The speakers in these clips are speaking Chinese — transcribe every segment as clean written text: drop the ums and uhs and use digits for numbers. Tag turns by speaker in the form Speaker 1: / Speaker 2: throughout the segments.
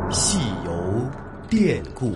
Speaker 1: 细游典故。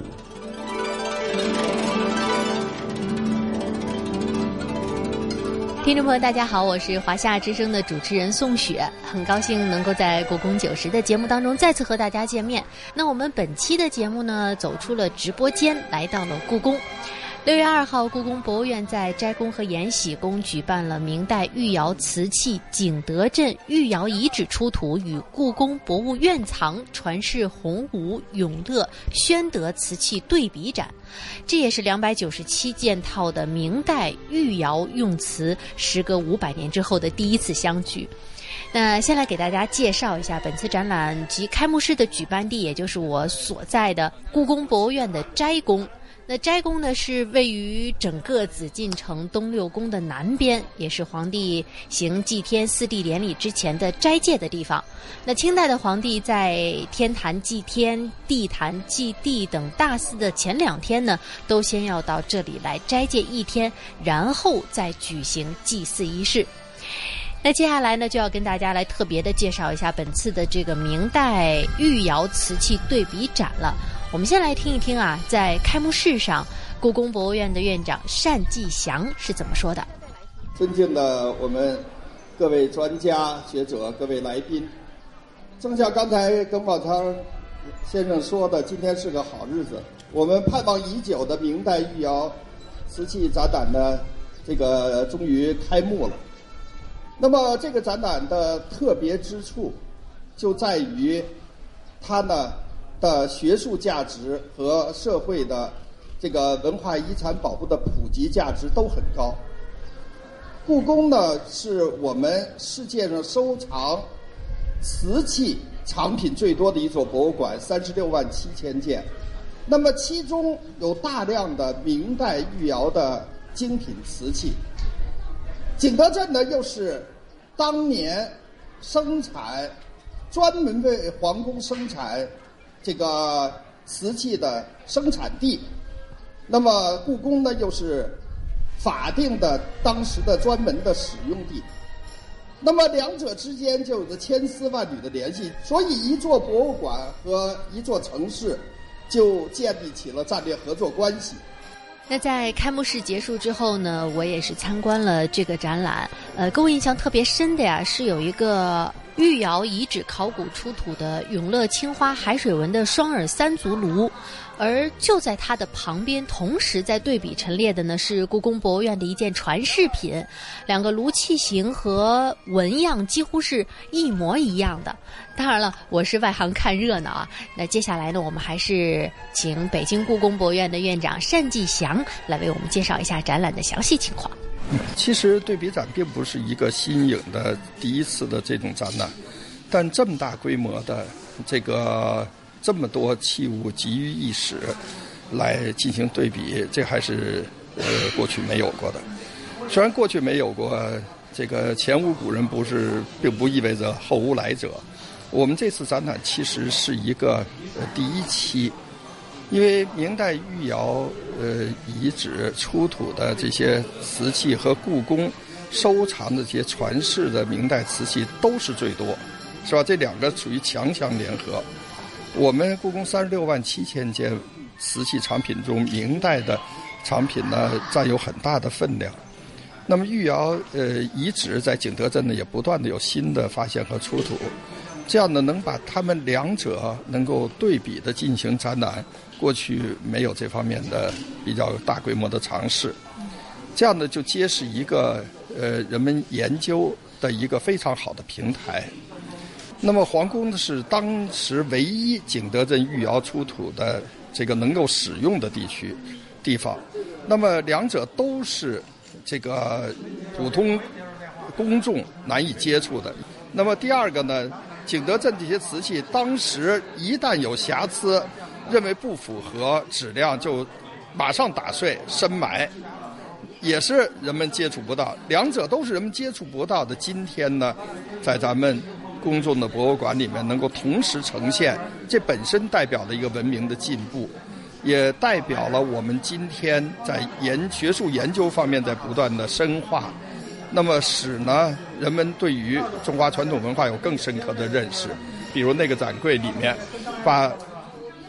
Speaker 2: 听众朋友大家好，我是华夏之声的主持人宋雪，很高兴能够在故宫90的节目当中再次和大家见面。那我们本期的节目呢，走出了直播间，来到了故宫。6月2号，故宫博物院在斋宫和延禧宫举办了明代御窑瓷器景德镇御窑遗址出土与故宫博物院藏传世洪武、永乐、宣德瓷器对比展，这也是297件套的明代御窑用瓷时隔500年之后的第一次相聚。那先来给大家介绍一下本次展览及开幕式的举办地，也就是我所在的故宫博物院的斋宫。那斋宫呢，是位于整个紫禁城东六宫的南边，也是皇帝行祭天4帝典礼之前的斋戒的地方。那清代的皇帝在天坛祭天、地坛祭地等大祀的前2天呢，都先要到这里来斋戒1天，然后再举行祭祀仪式。那接下来呢，就要跟大家来特别的介绍一下本次的这个明代御窑瓷器对比展了。我们先来听一听啊，在开幕式上，故宫博物院的院长单霁翔是怎么说的。
Speaker 3: 尊敬的我们各位专家学者、各位来宾，正像刚才耿宝昌先生说的，今天是个好日子，我们盼望已久的明代御窑瓷器展览呢，终于开幕了。那么这个展览的特别之处就在于它呢的学术价值和社会的文化遗产保护的普及价值都很高。故宫呢是我们世界上收藏瓷器藏品最多的一所博物馆，36万7千件。那么其中有大量的明代御窑的精品瓷器。景德镇呢又是当年生产专门为皇宫生产瓷器的生产地，那么故宫呢又是法定的当时的专门的使用地，那么两者之间就有着千丝万缕的联系，所以一座博物馆和一座城市就建立起了战略合作关系。
Speaker 2: 那在开幕式结束之后呢，我也是参观了这个展览。给我印象特别深的呀，是有一个御窑遗址考古出土的永乐青花海水纹的双耳3足炉，而就在它的旁边，同时在对比陈列的呢是故宫博物院的一件传世品，2个炉器型和纹样几乎是一模一样的。当然了，我是外行看热闹啊。那接下来呢，我们还是请北京故宫博物院的院长单霁翔来为我们介绍一下展览的详细情况。
Speaker 4: 其实对比展并不是一个新颖的第一次的这种展览，但这么大规模的这么多器物集于一室来进行对比，这还是过去没有过的。虽然过去没有过，前无古人不是，并不意味着后无来者。我们这次展览其实是一个第一期，因为明代御窑遗址出土的这些瓷器和故宫收藏的这些传世的明代瓷器都是最多，是吧？这2个属于强强联合。我们故宫36万7千件瓷器藏品中，明代的藏品呢占有很大的分量。那么御窑遗址在景德镇呢也不断的有新的发现和出土，这样呢能把它们2者能够对比的进行展览，过去没有这方面的比较大规模的尝试，这样呢就揭示一个人们研究的一个非常好的平台。那么皇宫呢是当时唯一景德镇御窑出土的能够使用的地方，那么2者都是普通公众难以接触的。那么第二个呢，景德镇这些瓷器当时一旦有瑕疵，认为不符合质量，就马上打碎深埋，也是人们接触不到。2者都是人们接触不到的，今天呢在咱们公众的博物馆里面能够同时呈现，这本身代表了一个文明的进步，也代表了我们今天在学术研究方面在不断的深化，那么使呢人们对于中华传统文化有更深刻的认识。比如那个展柜里面把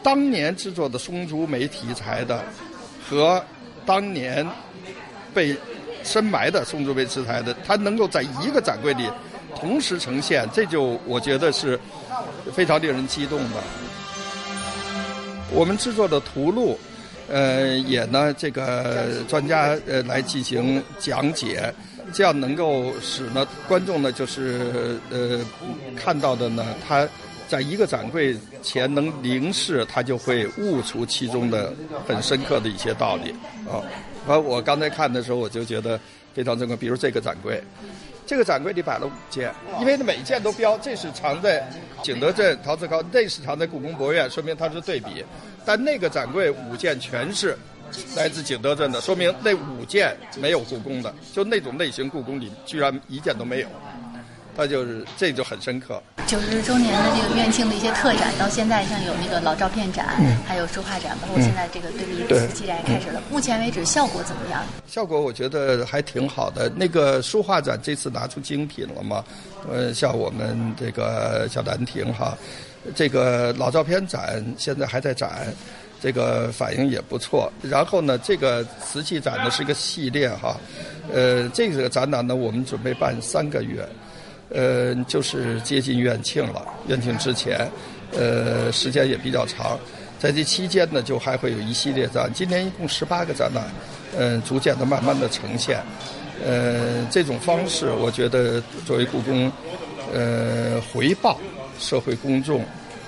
Speaker 4: 当年制作的松竹梅题材的和当年被深埋的松竹梅题材的，它能够在一个展柜里同时呈现，这就我觉得是非常令人激动的。我们制作的图录也呢，这个专家来进行讲解，这样能够使呢观众呢就是看到的呢，他在一个展柜前能凝视，他就会悟出其中的很深刻的一些道理啊。我刚才看的时候，我就觉得非常珍贵。比如这个展柜，这个展柜里摆了5件，因为每一件都标，这是藏在景德镇陶瓷考，那是藏在故宫博物院，说明它是对比。但那个展柜5件全是来自景德镇的，说明那5件没有故宫的，就那种类型故宫里居然1件都没有，它就是这就很深刻。
Speaker 2: 90周年的这个院庆的一些特展，到现在像有那个老照片展，还有书画展，包括现在这个对比瓷器展开始了。目前为止效果怎么样？
Speaker 4: 效果我觉得还挺好的。那个书画展这次拿出精品了嘛？像我们这个小兰亭哈，这个老照片展现在还在展，这个反应也不错。然后呢，这个瓷器展呢是一个系列哈，这个展览呢我们准备办3个月。就是接近院庆了，院庆之前，时间也比较长，在这期间呢，就还会有一系列展。今年一共18个展览，逐渐的、慢慢的呈现。这种方式，我觉得作为故宫，回报社会公众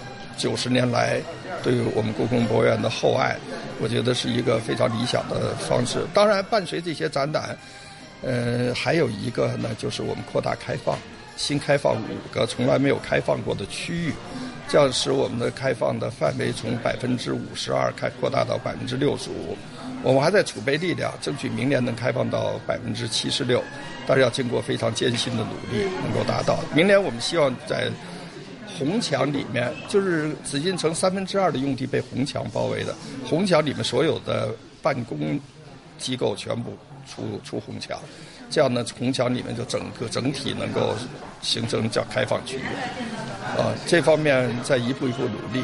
Speaker 4: 90年来对我们故宫博物院的厚爱，我觉得是一个非常理想的方式。当然，伴随这些展览，还有一个呢，就是我们扩大开放。新开放5个从来没有开放过的区域，这样使我们的开放的范围从52%扩大到65%。我们还在储备力量，争取明年能开放到76%，但是要经过非常艰辛的努力能够达到。明年我们希望在红墙里面，就是紫禁城2/3的用地被红墙包围的，红墙里面所有的办公机构全部出红墙。这样呢，红墙里面就整体能够形成叫开放区域，这方面在一步一步努力。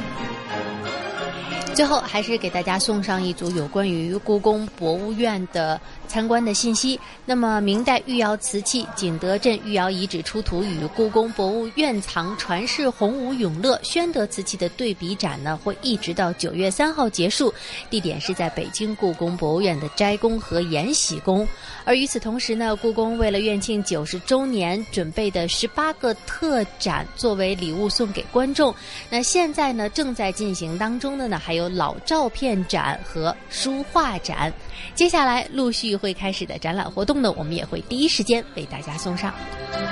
Speaker 2: 最后还是给大家送上一组有关于故宫博物院的参观的信息。那么明代御窑瓷器景德镇御窑遗址出土与故宫博物院藏传世洪武永乐宣德瓷器的对比展呢，会一直到9月3号结束，地点是在北京故宫博物院的斋宫和延禧宫。而与此同时呢，故宫为了院庆90周年准备的18个特展作为礼物送给观众。那现在呢正在进行当中的呢，还有老照片展和书画展。接下来陆续会开始的展览活动呢，我们也会第一时间为大家送上。